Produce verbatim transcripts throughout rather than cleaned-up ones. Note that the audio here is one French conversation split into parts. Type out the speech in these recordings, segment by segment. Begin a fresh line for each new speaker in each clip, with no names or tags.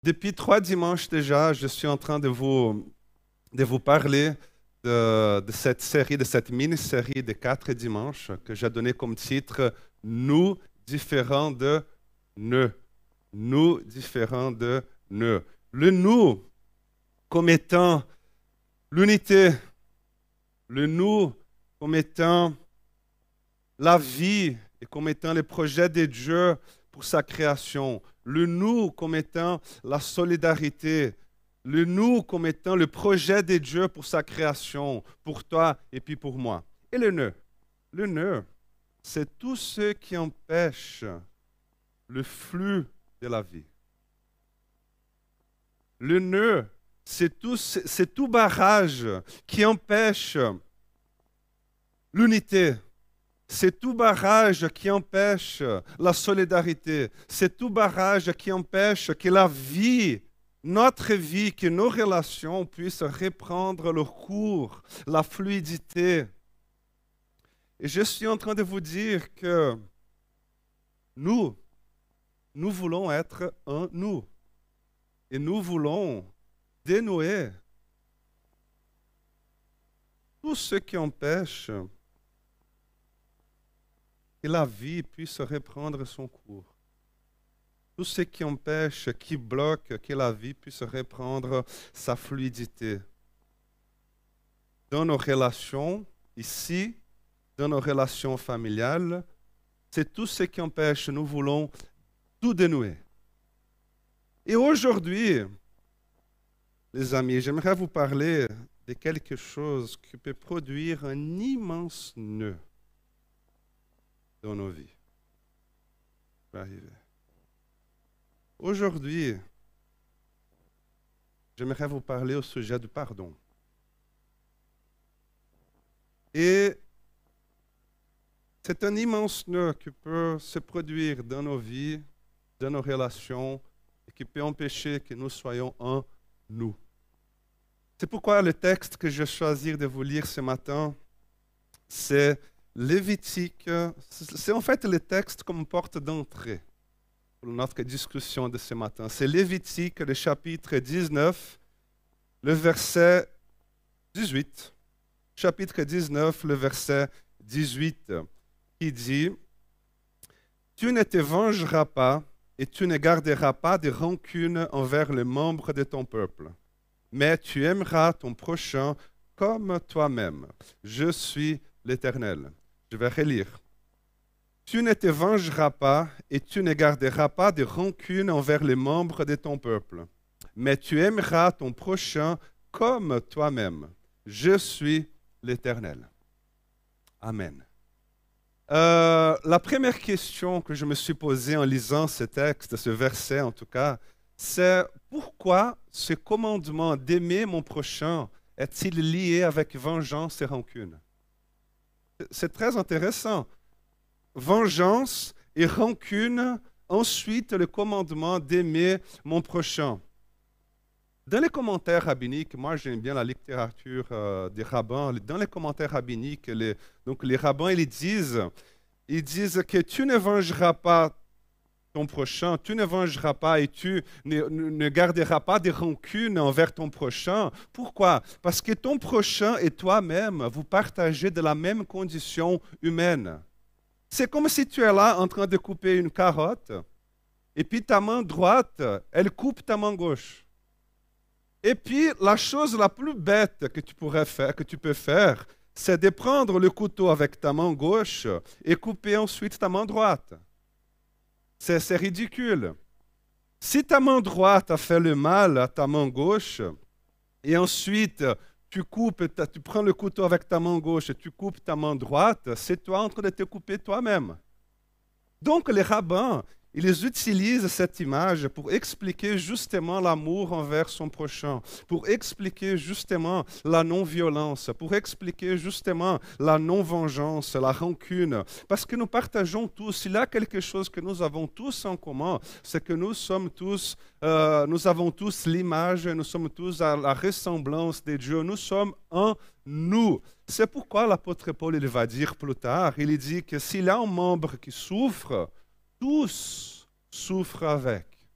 Depuis trois dimanches déjà, je suis en train de vous, de vous parler de, de cette série, de cette mini-série de quatre dimanches que j'ai donné comme titre Nous différents de ne. Nous différents de ne. Le nous comme étant l'unité, le nous comme étant la vie et comme étant le projet de Dieu pour sa création. Le nous comme étant la solidarité. Le nous comme étant le projet de Dieu pour sa création, pour toi et puis pour moi. Et le ne. Le ne, c'est tout ce qui empêche le flux de la vie. Le ne, c'est tout, c'est tout barrage qui empêche l'unité. C'est tout barrage qui empêche la solidarité. C'est tout barrage qui empêche que la vie, notre vie, que nos relations puissent reprendre leur cours, la fluidité. Et je suis en train de vous dire que nous, nous voulons être un nous. Et nous voulons dénouer tout ce qui empêche que la vie puisse reprendre son cours. Tout ce qui empêche, qui bloque que la vie puisse reprendre sa fluidité. Dans nos relations, ici, dans nos relations familiales, c'est tout ce qui empêche, nous voulons tout dénouer. Et aujourd'hui, les amis, j'aimerais vous parler de quelque chose qui peut produire un immense nœud dans nos vies. Ça va arriver. Aujourd'hui, j'aimerais vous parler au sujet du pardon. Et c'est un immense nœud qui peut se produire dans nos vies, dans nos relations, et qui peut empêcher que nous soyons un nous. C'est pourquoi le texte que je vais choisir de vous lire ce matin, c'est Lévitique, c'est en fait le texte comme porte d'entrée pour notre discussion de ce matin. C'est Lévitique, le chapitre dix-neuf, le verset dix-huit. Chapitre dix-neuf, le verset dix-huit, qui dit « Tu ne te vengeras pas et tu ne garderas pas de rancune envers les membres de ton peuple, mais tu aimeras ton prochain comme toi-même. Je suis l'Éternel. » Je vais relire. « Tu ne te vengeras pas et tu ne garderas pas de rancune envers les membres de ton peuple, mais tu aimeras ton prochain comme toi-même. Je suis l'Éternel. » Amen. Euh, la première question que je me suis posée en lisant ce texte, ce verset en tout cas, c'est pourquoi ce commandement d'aimer mon prochain est-il lié avec vengeance et rancune? C'est très intéressant. Vengeance et rancune, ensuite le commandement d'aimer mon prochain. Dans les commentaires rabbiniques, moi j'aime bien la littérature euh, des rabbins, dans les commentaires rabbiniques, les, donc les rabbins ils disent, ils disent que tu ne vengeras pas ton prochain, tu ne vengeras pas et tu ne, ne garderas pas de rancune envers ton prochain. Pourquoi? Parce que ton prochain et toi-même, vous partagez de la même condition humaine. C'est comme si tu es là en train de couper une carotte et puis ta main droite, elle coupe ta main gauche. Et puis, la chose la plus bête que tu pourrais faire, que tu peux faire, c'est de prendre le couteau avec ta main gauche et couper ensuite ta main droite. C'est, c'est ridicule. Si ta main droite a fait le mal à ta main gauche, et ensuite tu coupes, tu prends le couteau avec ta main gauche et tu coupes ta main droite, c'est toi en train de te couper toi-même. Donc les rabbins, ils utilisent cette image pour expliquer justement l'amour envers son prochain, pour expliquer justement la non-violence, pour expliquer justement la non-vengeance, la rancune. Parce que nous partageons tous, il y a quelque chose que nous avons tous en commun, c'est que nous sommes tous, euh, nous avons tous l'image, nous sommes tous à la ressemblance de Dieu, nous sommes un nous. C'est pourquoi l'apôtre Paul il va dire plus tard, il dit que s'il y a un membre qui souffre, tous souffrent avec.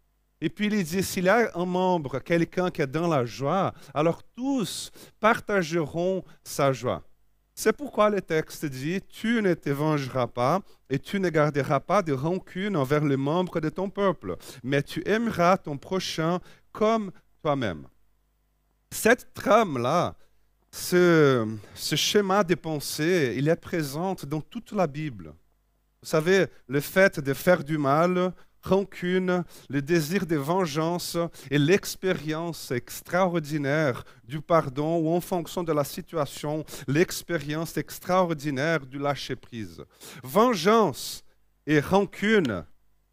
Et puis il dit, s'il y a un membre, quelqu'un qui est dans la joie, alors tous partageront sa joie. C'est pourquoi le texte dit, tu ne te vengeras pas et tu ne garderas pas de rancune envers les membres de ton peuple, mais tu aimeras ton prochain comme toi-même. Cette trame-là, ce, ce schéma de pensée, il est présent dans toute la Bible. Vous savez, le fait de faire du mal, rancune, le désir de vengeance et l'expérience extraordinaire du pardon ou en fonction de la situation, l'expérience extraordinaire du lâcher-prise. Vengeance et rancune,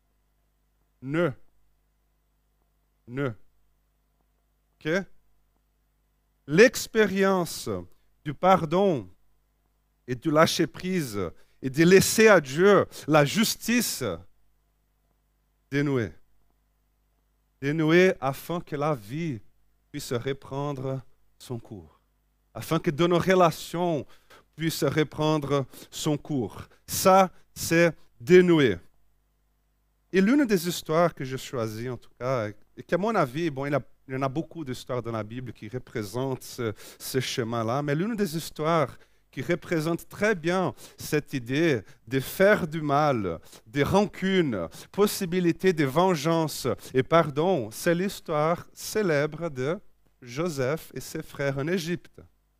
ne. Ne. OK? L'expérience du pardon et du lâcher-prise et de laisser à Dieu la justice dénouée. Dénouée afin que la vie puisse reprendre son cours. Afin que de nos relations puissent reprendre son cours. Ça, c'est dénoué. Et l'une des histoires que j'ai choisies, en tout cas, et qu'à mon avis, bon, il, a, il y en a beaucoup d'histoires dans la Bible qui représentent ce, ce chemin-là, mais l'une des histoires qui représente très bien cette idée de faire du mal, de rancune, possibilité de vengeance et pardon, c'est l'histoire célèbre de Joseph et ses frères en Égypte.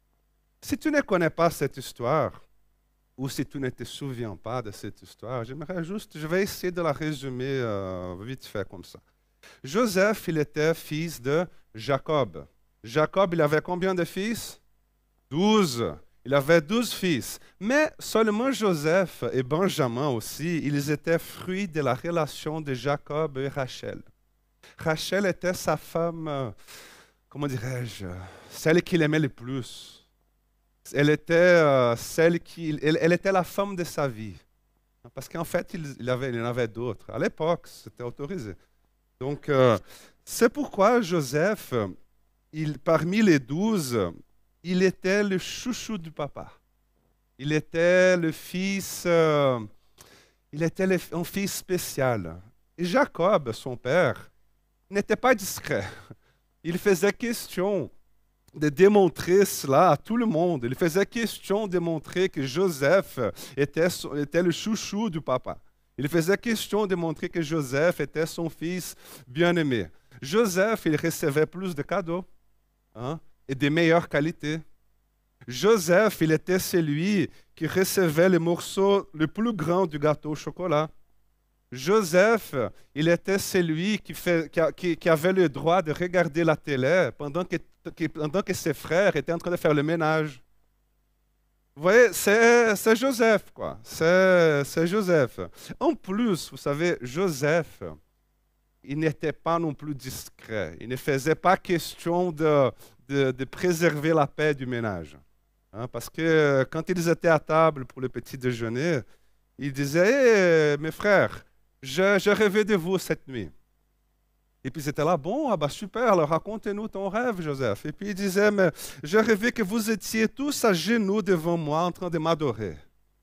Si tu ne connais pas cette histoire, ou si tu ne te souviens pas de cette histoire, j'aimerais juste, je vais essayer de la résumer euh, vite fait comme ça. Joseph, il était fils de Jacob. Jacob, il avait combien de fils? Douze. Il avait douze fils, mais seulement Joseph et Benjamin aussi, ils étaient fruits de la relation de Jacob et Rachel. Rachel était sa femme, euh, comment dirais-je, celle qu'il aimait le plus. Elle était, euh, celle qui, elle, elle était la femme de sa vie. Parce qu'en fait, il, il, avait, il y en avait d'autres. À l'époque, c'était autorisé. Donc, euh, c'est pourquoi Joseph, il, parmi les douze, il était le chouchou du papa. Il était le fils, euh, il était le, un fils spécial. Et Jacob, son père, n'était pas discret. Il faisait question de démontrer cela à tout le monde. Il faisait question de montrer que Joseph était, était le chouchou du papa. Il faisait question de montrer que Joseph était son fils bien-aimé. Joseph, il recevait plus de cadeaux, hein, et de meilleure qualité. Joseph, il était celui qui recevait le morceau le plus grand du gâteau au chocolat. Joseph, il était celui qui, fait, qui, qui avait le droit de regarder la télé pendant que, que, pendant que ses frères étaient en train de faire le ménage. Vous voyez, c'est Joseph, quoi. C'est Joseph. En plus, vous savez, Joseph, il n'était pas non plus discret. Il ne faisait pas question de, de, de préserver la paix du ménage. Hein, parce que quand ils étaient à table pour le petit déjeuner, il disait hey, « mes frères, je, je rêvais de vous cette nuit. » Et puis c'était là, bon, ah bah super, alors racontez-nous ton rêve, Joseph. Et puis il disait, mais je rêvais que vous étiez tous à genoux devant moi en train de m'adorer.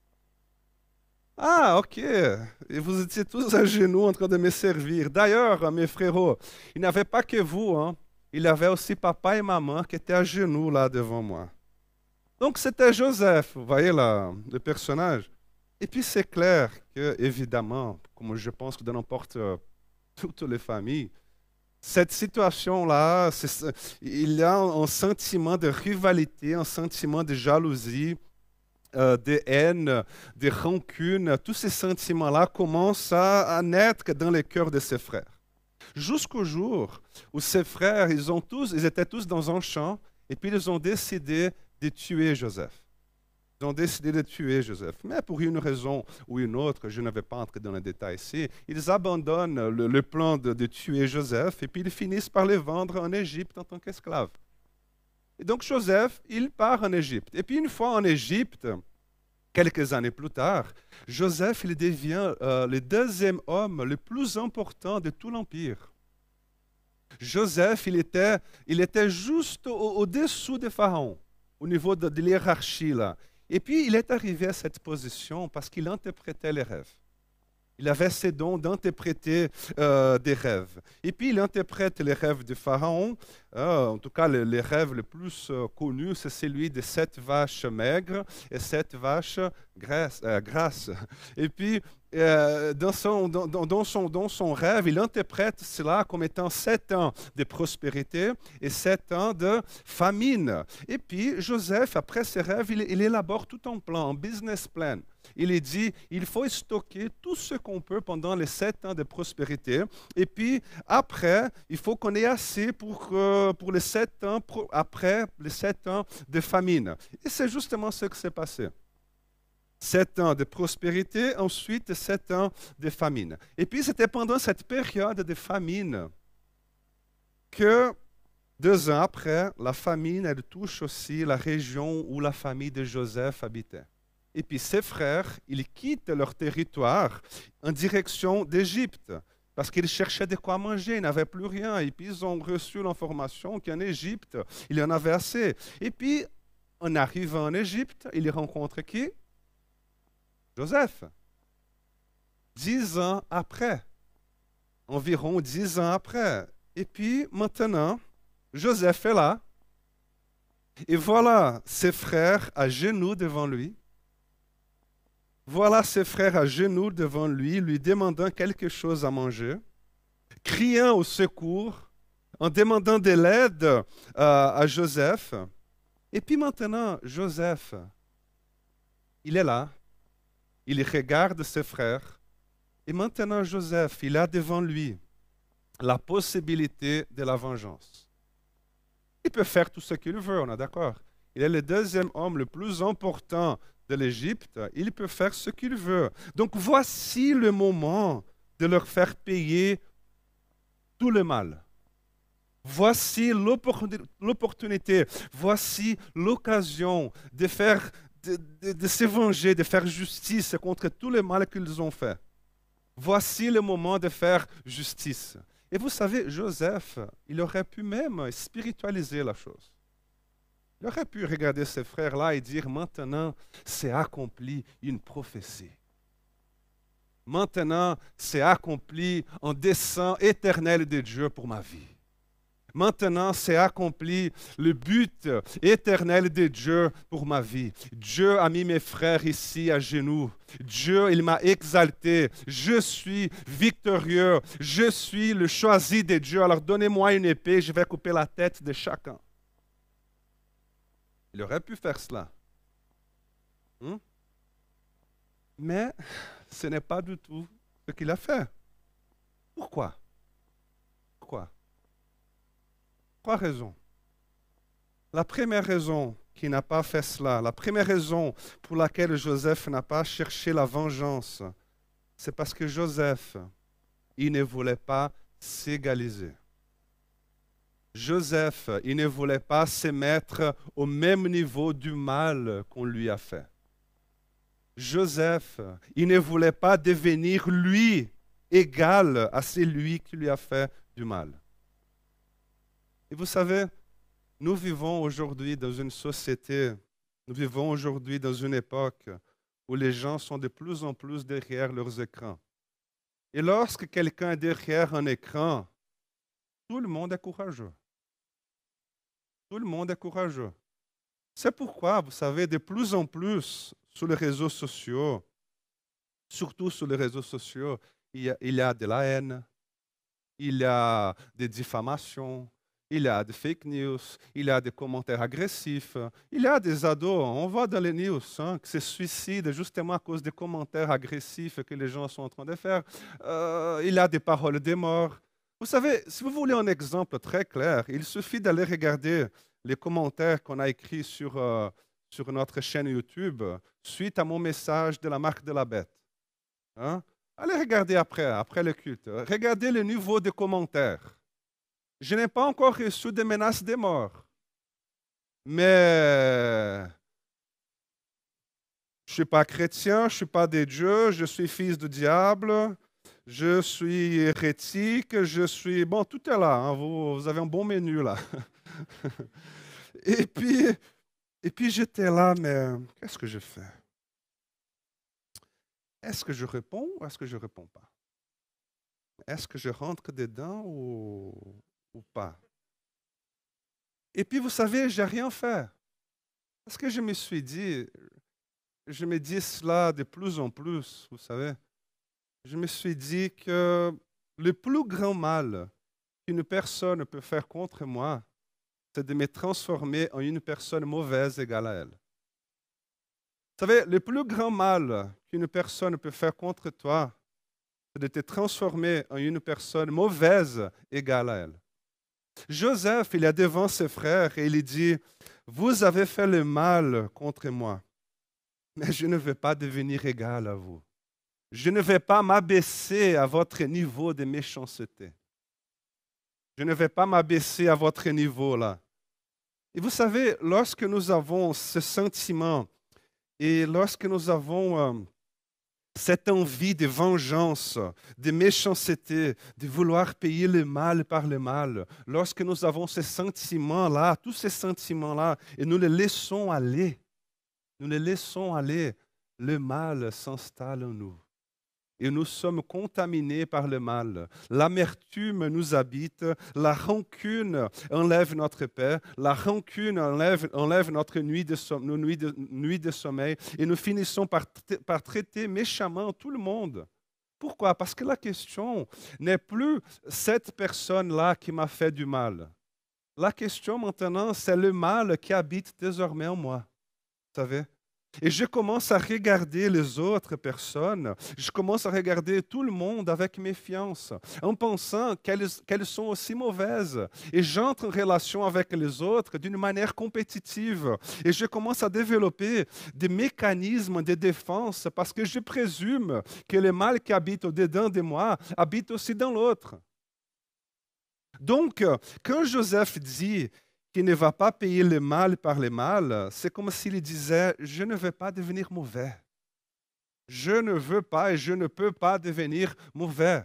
Ah, ok. Et vous étiez tous à genoux en train de me servir. D'ailleurs, mes frérots, il n'y avait pas que vous, hein. Il y avait aussi papa et maman qui étaient à genoux là devant moi. Donc c'était Joseph, vous voyez là, le personnage. Et puis c'est clair que, évidemment, comme je pense que dans n'importe euh, toutes les familles, cette situation-là, il y a un, un sentiment de rivalité, un sentiment de jalousie, euh, de haine, de rancune. Tous ces sentiments-là commencent à, à naître dans les cœurs de ses frères. Jusqu'au jour où ses frères, ils, ont tous, ils étaient tous dans un champ et puis ils ont décidé de tuer Joseph. Ils ont décidé de tuer Joseph. Mais pour une raison ou une autre, je ne vais pas entrer dans les détails ici, ils abandonnent le, le plan de, de tuer Joseph et puis ils finissent par le vendre en Égypte en tant qu'esclave. Et donc Joseph, il part en Égypte. Et puis une fois en Égypte, quelques années plus tard, Joseph, il devient euh, le deuxième homme le plus important de tout l'Empire. Joseph, il était, il était juste au-dessous de Pharaon, au niveau de, de l'hiérarchie là. Et puis, il est arrivé à cette position parce qu'il interprétait les rêves. Il avait ces dons d'interpréter euh, des rêves. Et puis, il interprète les rêves de Pharaon. Euh, en tout cas, le, les rêves les plus euh, connus, c'est celui de sept vaches maigres et sept vaches grasses. Euh, grasses. Et puis, euh, dans, son, dans, dans, son, dans son rêve, il interprète cela comme étant sept ans de prospérité et sept ans de famine. Et puis, Joseph, après ses rêves, il, il élabore tout un plan, un business plan. Il est dit, il faut stocker tout ce qu'on peut pendant les sept ans de prospérité. Et puis, après, il faut qu'on ait assez pour, euh, pour les sept ans, pro, après les sept ans de famine. Et c'est justement ce qui s'est passé. Sept ans de prospérité, ensuite sept ans de famine. Et puis, c'était pendant cette période de famine que, deux ans après, la famine, elle touche aussi la région où la famille de Joseph habitait. Et puis ses frères, ils quittent leur territoire en direction d'Égypte parce qu'ils cherchaient de quoi manger, ils n'avaient plus rien. Et puis ils ont reçu l'information qu'en Égypte, il y en avait assez. Et puis, en arrivant en Égypte, ils rencontrent qui? Joseph. Dix ans après, environ dix ans après. Et puis maintenant, Joseph est là. Et voilà ses frères à genoux devant lui. Voilà ses frères à genoux devant lui, lui demandant quelque chose à manger, criant au secours, en demandant de l'aide euh, à Joseph. Et puis maintenant, Joseph, il est là, il regarde ses frères. Et maintenant, Joseph, il a devant lui la possibilité de la vengeance. Il peut faire tout ce qu'il veut, on est d'accord. Il est le deuxième homme le plus important de l'Égypte, il peut faire ce qu'il veut. Donc voici le moment de leur faire payer tout le mal. Voici l'opportunité, voici l'occasion de faire, de, de, de se venger, de faire justice contre tout le mal qu'ils ont fait. Voici le moment de faire justice. Et vous savez, Joseph, il aurait pu même spiritualiser la chose. Il aurait pu regarder ses frères-là et dire, maintenant, c'est accompli une prophétie. Maintenant, c'est accompli un dessein éternel de Dieu pour ma vie. Maintenant, c'est accompli le but éternel de Dieu pour ma vie. Dieu a mis mes frères ici à genoux. Dieu, il m'a exalté. Je suis victorieux. Je suis le choisi de Dieu. Alors donnez-moi une épée, je vais couper la tête de chacun. Il aurait pu faire cela. Hum? Mais ce n'est pas du tout ce qu'il a fait. Pourquoi? Pourquoi? Trois raisons. La première raison qu'il n'a pas fait cela, la première raison pour laquelle Joseph n'a pas cherché la vengeance, c'est parce que Joseph, il ne voulait pas s'égaliser. Joseph, il ne voulait pas se mettre au même niveau du mal qu'on lui a fait. Joseph, il ne voulait pas devenir lui égal à celui qui lui a fait du mal. Et vous savez, nous vivons aujourd'hui dans une société, nous vivons aujourd'hui dans une époque où les gens sont de plus en plus derrière leurs écrans. Et lorsque quelqu'un est derrière un écran, tout le monde est courageux. Tout le monde est courageux. C'est pourquoi, vous savez, de plus en plus sur les réseaux sociaux, surtout sur les réseaux sociaux, il y a, il y a de la haine, il y a des diffamations, il y a des fake news, il y a des commentaires agressifs, il y a des ados, on voit dans les news, hein, qui se suicident justement à cause des commentaires agressifs que les gens sont en train de faire. Euh, il y a des paroles de mort. Vous savez, si vous voulez un exemple très clair, il suffit d'aller regarder les commentaires qu'on a écrits sur, euh, sur notre chaîne YouTube suite à mon message de la marque de la bête. Hein? Allez regarder après, après le culte. Regardez le niveau de commentaires. Je n'ai pas encore reçu de menaces de mort. Mais je ne suis pas chrétien, je ne suis pas de Dieu, je suis fils du diable. Je suis hérétique, je suis... Bon, tout est là, hein, vous, vous avez un bon menu là. et puis, et puis j'étais là, mais qu'est-ce que je fais? est-ce que je réponds ou est-ce que je ne réponds pas? Est-ce que je rentre dedans ou, ou pas? Et puis, vous savez, j'ai rien fait. Parce que je me suis dit, je me dis cela de plus en plus, vous savez. Je me suis dit que le plus grand mal qu'une personne peut faire contre moi, c'est de me transformer en une personne mauvaise égale à elle. Vous savez, le plus grand mal qu'une personne peut faire contre toi, c'est de te transformer en une personne mauvaise égale à elle. Joseph, il est devant ses frères et il dit, vous avez fait le mal contre moi, mais je ne vais pas devenir égal à vous. Je ne vais pas m'abaisser à votre niveau de méchanceté. Je ne vais pas m'abaisser à votre niveau là. Et vous savez, lorsque nous avons ce sentiment et lorsque nous avons euh, cette envie de vengeance, de méchanceté, de vouloir payer le mal par le mal, lorsque nous avons ces sentiments-là, tous ces sentiments-là, et nous les laissons aller, nous les laissons aller, le mal s'installe en nous. Et nous sommes contaminés par le mal. L'amertume nous habite, la rancune enlève notre paix, la rancune enlève, enlève notre nuit de, som- nos nuits de, nuits de sommeil, et nous finissons par, t- par traiter méchamment tout le monde. Pourquoi? Parce que la question n'est plus cette personne-là qui m'a fait du mal. La question maintenant, c'est le mal qui habite désormais en moi. Vous savez? Et je commence à regarder les autres personnes, je commence à regarder tout le monde avec méfiance, en pensant qu'elles, qu'elles sont aussi mauvaises. Et j'entre en relation avec les autres d'une manière compétitive. Et je commence à développer des mécanismes de défense parce que je présume que le mal qui habite au-dedans de moi habite aussi dans l'autre. Donc, quand Joseph dit qui ne va pas payer le mal par le mal, c'est comme s'il disait, je ne veux pas devenir mauvais. Je ne veux pas et je ne peux pas devenir mauvais.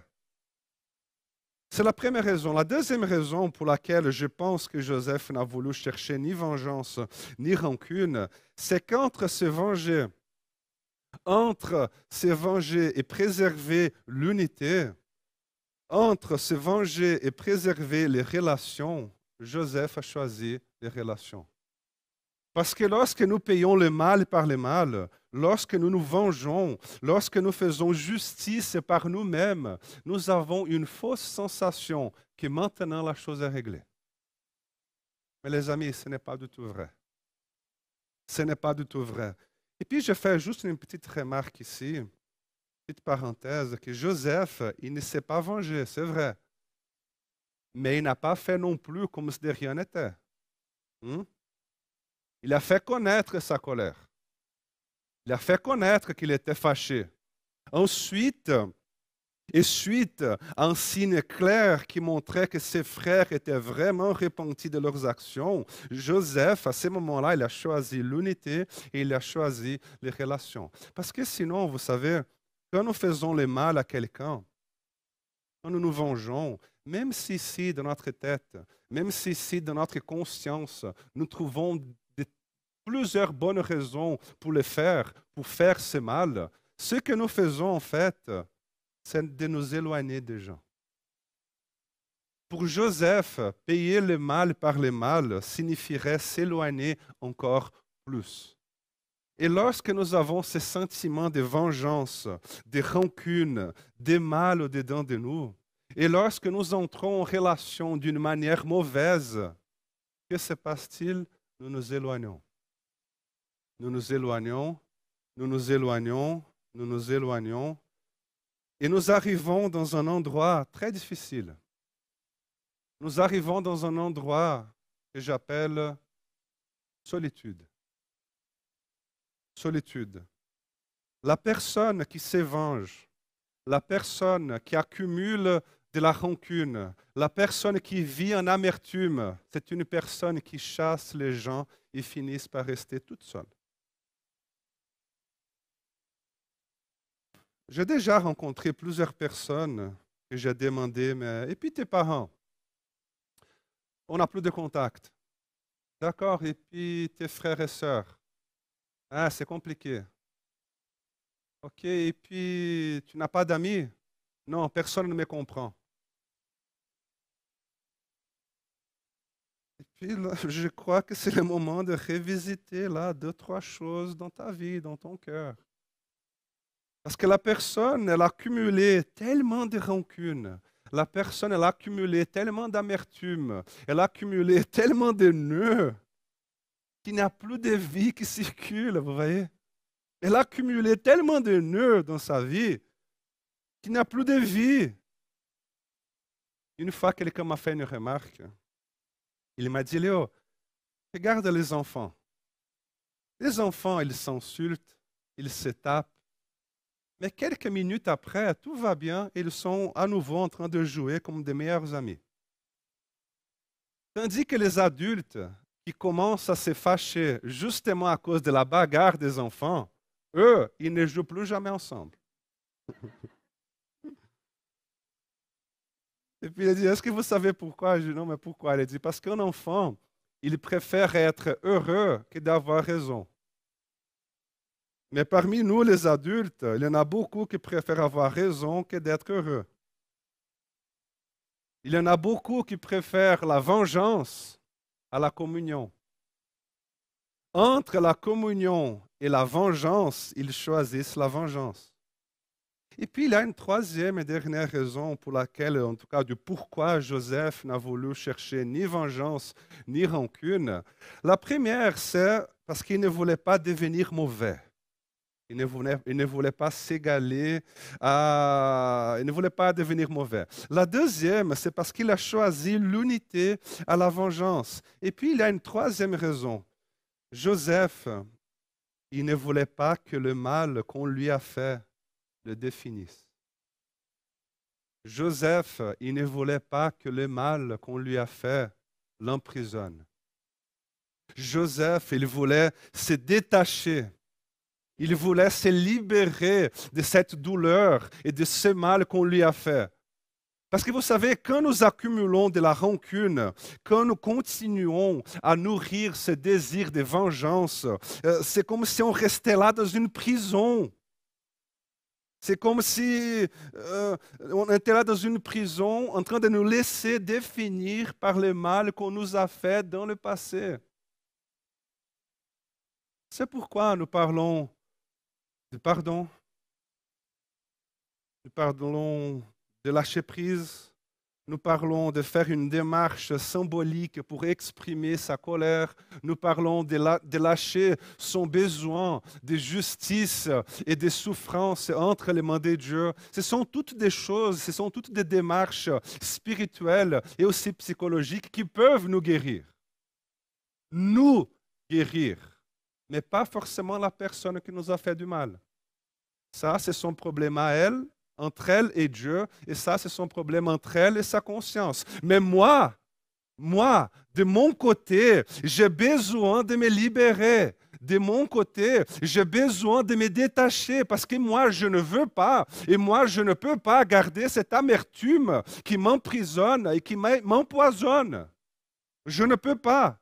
C'est la première raison. La deuxième raison pour laquelle je pense que Joseph n'a voulu chercher ni vengeance ni rancune, c'est qu'entre se venger, entre se venger et préserver l'unité, entre se venger et préserver les relations, Joseph a choisi les relations. Parce que lorsque nous payons le mal par le mal, lorsque nous nous vengeons, lorsque nous faisons justice par nous-mêmes, nous avons une fausse sensation que maintenant la chose est réglée. Mais les amis, ce n'est pas du tout vrai. Ce n'est pas du tout vrai. Et puis je fais juste une petite remarque ici, une petite parenthèse, que Joseph, il ne s'est pas vengé, c'est vrai. Mais il n'a pas fait non plus comme si de rien n'était. Hmm? Il a fait connaître sa colère. Il a fait connaître qu'il était fâché. Ensuite, et suite à un signe clair qui montrait que ses frères étaient vraiment repentis de leurs actions, Joseph, à ce moment-là, il a choisi l'unité et il a choisi les relations. Parce que sinon, vous savez, quand nous faisons le mal à quelqu'un, quand nous nous vengeons, même si ici, dans notre tête, même si ici, dans notre conscience, nous trouvons des- plusieurs bonnes raisons pour le faire, pour faire ce mal, ce que nous faisons en fait, c'est de nous éloigner des gens. Pour Joseph, payer le mal par le mal signifierait s'éloigner encore plus. Et lorsque nous avons ces sentiments de vengeance, de rancune, de mal au-dedans de nous, et lorsque nous entrons en relation d'une manière mauvaise, que se passe-t-il? Nous nous éloignons. Nous nous éloignons, nous nous éloignons, nous nous éloignons, et nous arrivons dans un endroit très difficile. Nous arrivons dans un endroit que j'appelle solitude. Solitude. La personne qui se venge, la personne qui accumule de la rancune, la personne qui vit en amertume, c'est une personne qui chasse les gens et finissent par rester toute seule. J'ai déjà rencontré plusieurs personnes que j'ai demandé, mais et puis tes parents? On n'a plus de contact. D'accord, et puis tes frères et sœurs? Ah, c'est compliqué. OK, et puis tu n'as pas d'amis? Non, personne ne me comprend. Et puis là, je crois que c'est le moment de revisiter là deux, trois choses dans ta vie, dans ton cœur. Parce que la personne, elle a accumulé tellement de rancune. La personne, elle a accumulé tellement d'amertume. Elle a accumulé tellement de nœuds qu'il n'y a plus de vie qui circule, vous voyez? Elle a accumulé tellement de nœuds dans sa vie qu'il n'y a plus de vie. Une fois, quelqu'un m'a fait une remarque. Il m'a dit, Léo, regarde les enfants. Les enfants, ils s'insultent, ils se tapent. Mais quelques minutes après, tout va bien, ils sont à nouveau en train de jouer comme des meilleurs amis. Tandis que les adultes qui commencent à se fâcher justement à cause de la bagarre des enfants, eux, ils ne jouent plus jamais ensemble. Et puis il dit, est-ce que vous savez pourquoi? Je dis, non, mais pourquoi? Il dit, parce qu'un enfant, il préfère être heureux que d'avoir raison. Mais parmi nous, les adultes, il y en a beaucoup qui préfèrent avoir raison que d'être heureux. Il y en a beaucoup qui préfèrent la vengeance à la communion. Entre la communion et la vengeance, ils choisissent la vengeance. Et puis, il y a une troisième et dernière raison pour laquelle, en tout cas, du pourquoi Joseph n'a voulu chercher ni vengeance ni rancune. La première, c'est parce qu'il ne voulait pas devenir mauvais. Il ne voulait, il ne voulait pas s'égaler, à, il ne voulait pas devenir mauvais. La deuxième, c'est parce qu'il a choisi l'unité à la vengeance. Et puis, il y a une troisième raison. Joseph, il ne voulait pas que le mal qu'on lui a fait le définisse. Joseph, il ne voulait pas que le mal qu'on lui a fait l'emprisonne. Joseph, il voulait se détacher. Il voulait se libérer de cette douleur et de ce mal qu'on lui a fait. Parce que vous savez, quand nous accumulons de la rancune, quand nous continuons à nourrir ce désir de vengeance, euh, c'est comme si on restait là dans une prison. C'est comme si euh, on était là dans une prison en train de nous laisser définir par le mal qu'on nous a fait dans le passé. C'est pourquoi nous parlons de pardon, nous parlons de lâcher prise, nous parlons de faire une démarche symbolique pour exprimer sa colère, nous parlons de, la, de lâcher son besoin de justice et de souffrance entre les mains de Dieu. Ce sont toutes des choses, ce sont toutes des démarches spirituelles et aussi psychologiques qui peuvent nous guérir. Nous guérir, mais pas forcément la personne qui nous a fait du mal. Ça, c'est son problème à elle, entre elle et Dieu, et ça, c'est son problème entre elle et sa conscience. Mais moi, moi, de mon côté, j'ai besoin de me libérer. De mon côté, j'ai besoin de me détacher parce que moi, je ne veux pas et moi, je ne peux pas garder cette amertume qui m'emprisonne et qui m'empoisonne. Je ne peux pas.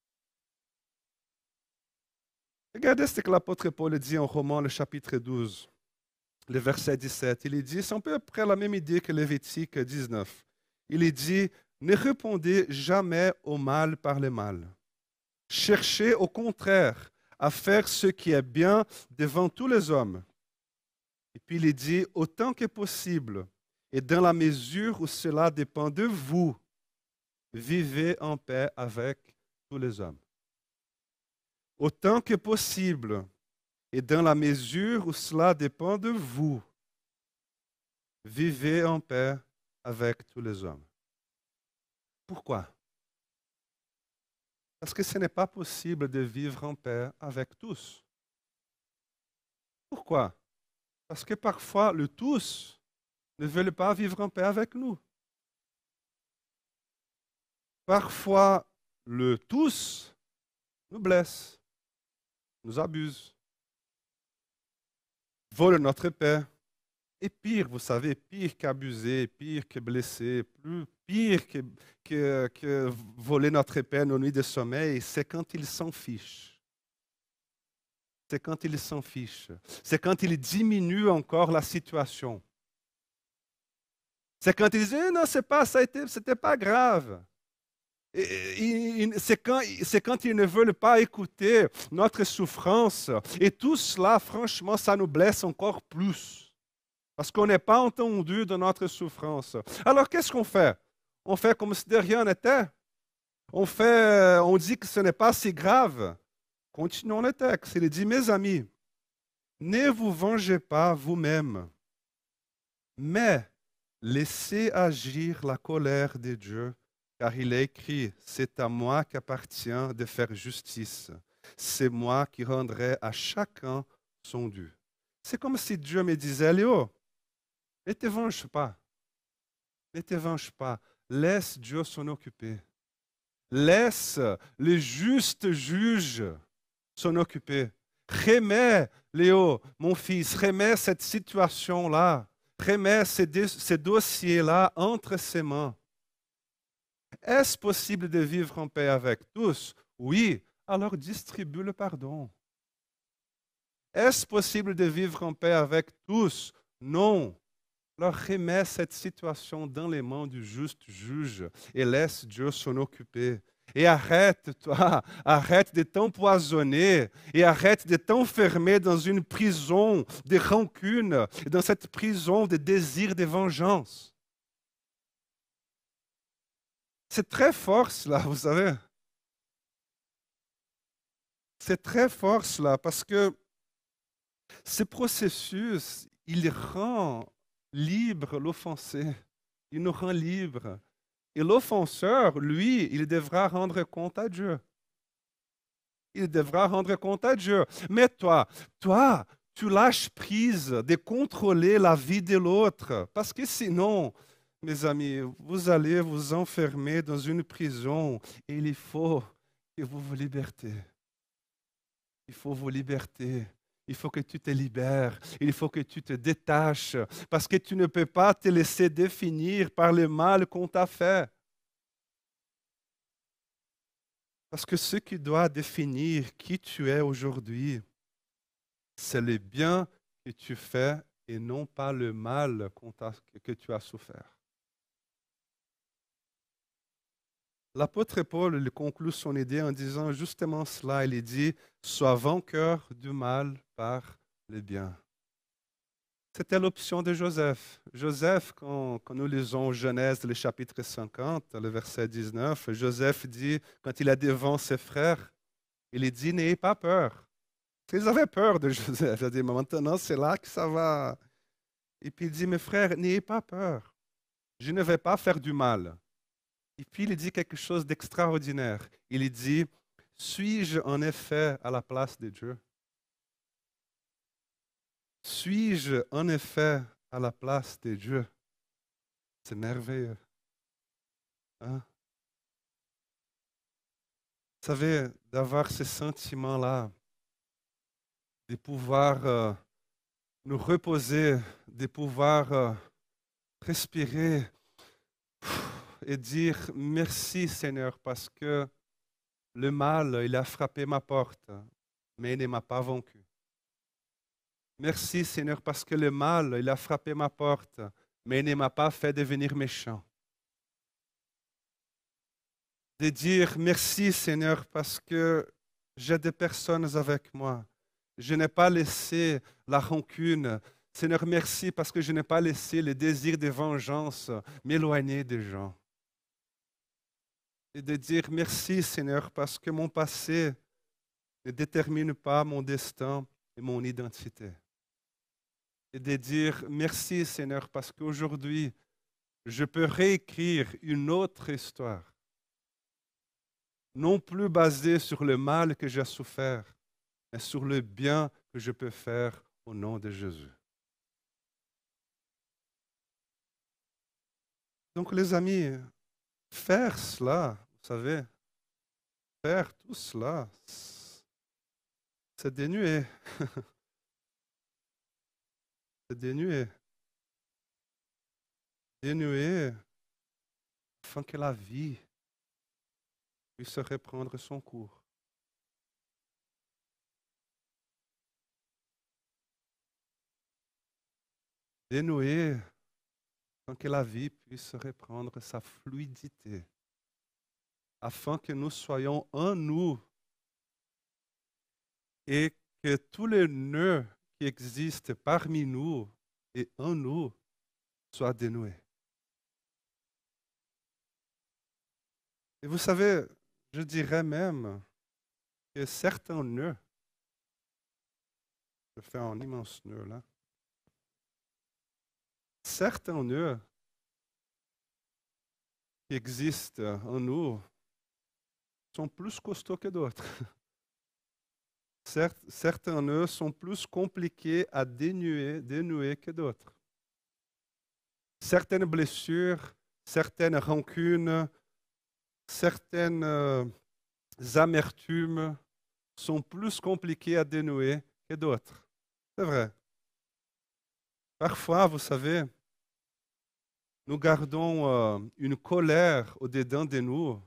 Regardez ce que l'apôtre Paul dit en Romains, le chapitre douze. Le verset dix-sept, il dit, c'est un peu près la même idée que Lévitique dix-neuf. Il dit, ne répondez jamais au mal par le mal. Cherchez au contraire à faire ce qui est bien devant tous les hommes. Et puis il dit, autant que possible, et dans la mesure où cela dépend de vous, vivez en paix avec tous les hommes. Autant que possible, et dans la mesure où cela dépend de vous, vivez en paix avec tous les hommes. Pourquoi? Parce que ce n'est pas possible de vivre en paix avec tous. Pourquoi? Parce que parfois, le tous ne veulent pas vivre en paix avec nous. Parfois, le tous nous blesse, nous abuse, vole notre paix. Et pire, vous savez, pire qu'abuser, pire que blesser, plus pire que, que, que voler notre paix nos nuits de sommeil, c'est quand il s'en fiche. c'est quand il s'en fiche. C'est quand il diminue encore la situation. C'est quand il dit eh non, c'est pas, ça a été, c'était pas grave. C'est quand, c'est quand ils ne veulent pas écouter notre souffrance. Et tout cela, franchement, ça nous blesse encore plus. Parce qu'on n'est pas entendu de notre souffrance. Alors, qu'est-ce qu'on fait? On fait comme si de rien n'était. On fait, on dit que ce n'est pas si grave. Continuons le texte. Il dit, mes amis, ne vous vengez pas vous-même, mais laissez agir la colère de Dieu, car il est écrit, c'est à moi qu'appartient de faire justice. C'est moi qui rendrai à chacun son dû. C'est comme si Dieu me disait, Léo, ne te venge pas. Ne te venge pas. Laisse Dieu s'en occuper. Laisse le juste juge s'en occuper. Remets, Léo, mon fils, remets cette situation-là, remets ces, ces dossiers-là entre ses mains. Est-ce possible de vivre en paix avec tous? Oui, alors distribue le pardon. Est-ce possible de vivre en paix avec tous? Non. Alors remets cette situation dans les mains du juste juge et laisse Dieu s'en occuper. Et arrête, toi, arrête de t'empoisonner et arrête de t'enfermer dans une prison de rancune, dans cette prison de désir de vengeance. C'est très fort cela, vous savez. C'est très fort cela parce que ce processus, il rend libre l'offensé. Il nous rend libre. Et l'offenseur, lui, il devra rendre compte à Dieu. Il devra rendre compte à Dieu. Mais toi, toi, tu lâches prise de contrôler la vie de l'autre. Parce que sinon, mes amis, vous allez vous enfermer dans une prison et il faut que vous vous libertez. Il faut vous liberter. Il faut que tu te libères. Il faut que tu te détaches. Parce que tu ne peux pas te laisser définir par le mal qu'on t'a fait. Parce que ce qui doit définir qui tu es aujourd'hui, c'est le bien que tu fais et non pas le mal qu'on t'a, que tu as souffert. L'apôtre Paul il conclut son idée en disant justement cela. Il dit « Sois vainqueur du mal par le bien ». C'était l'option de Joseph. Joseph, quand, quand nous lisons Genèse, le chapitre cinquante, le verset dix-neuf, Joseph dit, quand il a devant ses frères, il dit « N'ayez pas peur ». Ils avaient peur de Joseph. Il a dit « Maintenant, c'est là que ça va ». Et puis il dit « Mes frères, n'ayez pas peur. Je ne vais pas faire du mal ». Et puis il dit quelque chose d'extraordinaire. Il dit, suis-je en effet à la place de Dieu? Suis-je en effet à la place de Dieu? C'est merveilleux. Hein? Vous savez, d'avoir ce sentiment-là, de pouvoir euh, nous reposer, de pouvoir euh, respirer, et dire merci Seigneur parce que le mal, il a frappé ma porte, mais il ne m'a pas vaincu. Merci Seigneur parce que le mal, il a frappé ma porte, mais il ne m'a pas fait devenir méchant. De dire merci Seigneur parce que j'ai des personnes avec moi. Je n'ai pas laissé la rancune. Seigneur, merci parce que je n'ai pas laissé le désir de vengeance m'éloigner des gens. Et de dire merci Seigneur parce que mon passé ne détermine pas mon destin et mon identité. Et de dire merci Seigneur parce qu'aujourd'hui, je peux réécrire une autre histoire, non plus basée sur le mal que j'ai souffert, mais sur le bien que je peux faire au nom de Jésus. Donc les amis, faire cela, vous savez, faire tout cela, c'est dénué. C'est dénué. Dénué afin que la vie puisse reprendre son cours. dénouer afin que la vie puisse reprendre sa fluidité, afin que nous soyons en nous et que tous les nœuds qui existent parmi nous et en nous soient dénoués. Et vous savez, je dirais même que certains nœuds, je fais un immense nœud là, certains nœuds qui existent en nous sont plus costauds que d'autres. Certes, certains nœuds sont plus compliqués à dénouer, dénouer que d'autres. Certaines blessures, certaines rancunes, certaines euh, amertumes sont plus compliquées à dénouer que d'autres. C'est vrai. Parfois, vous savez, nous gardons euh, une colère au-dedans de nous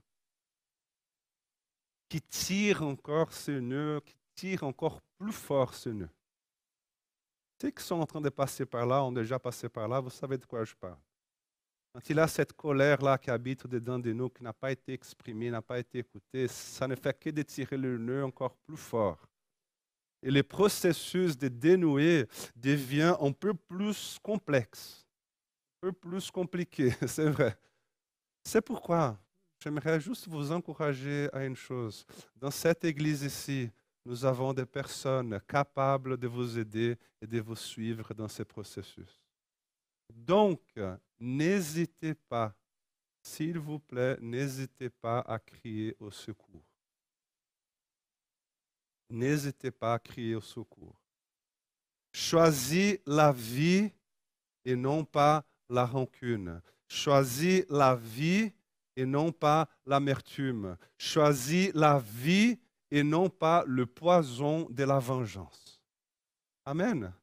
qui tire encore ce nœud, qui tire encore plus fort ce nœud. Ceux qui sont en train de passer par là, ont déjà passé par là, vous savez de quoi je parle. Quand il y a cette colère-là qui habite au-dedans de nous, qui n'a pas été exprimée, n'a pas été écoutée, ça ne fait que de tirer le nœud encore plus fort. Et le processus de dénouer devient un peu plus complexe, un peu plus compliqué, c'est vrai. C'est pourquoi j'aimerais juste vous encourager à une chose. Dans cette église ici, nous avons des personnes capables de vous aider et de vous suivre dans ce processus. Donc, n'hésitez pas, s'il vous plaît, n'hésitez pas à crier au secours. N'hésitez pas à crier au secours. Choisis la vie et non pas la rancune. Choisis la vie et non pas l'amertume. Choisis la vie et non pas le poison de la vengeance. Amen.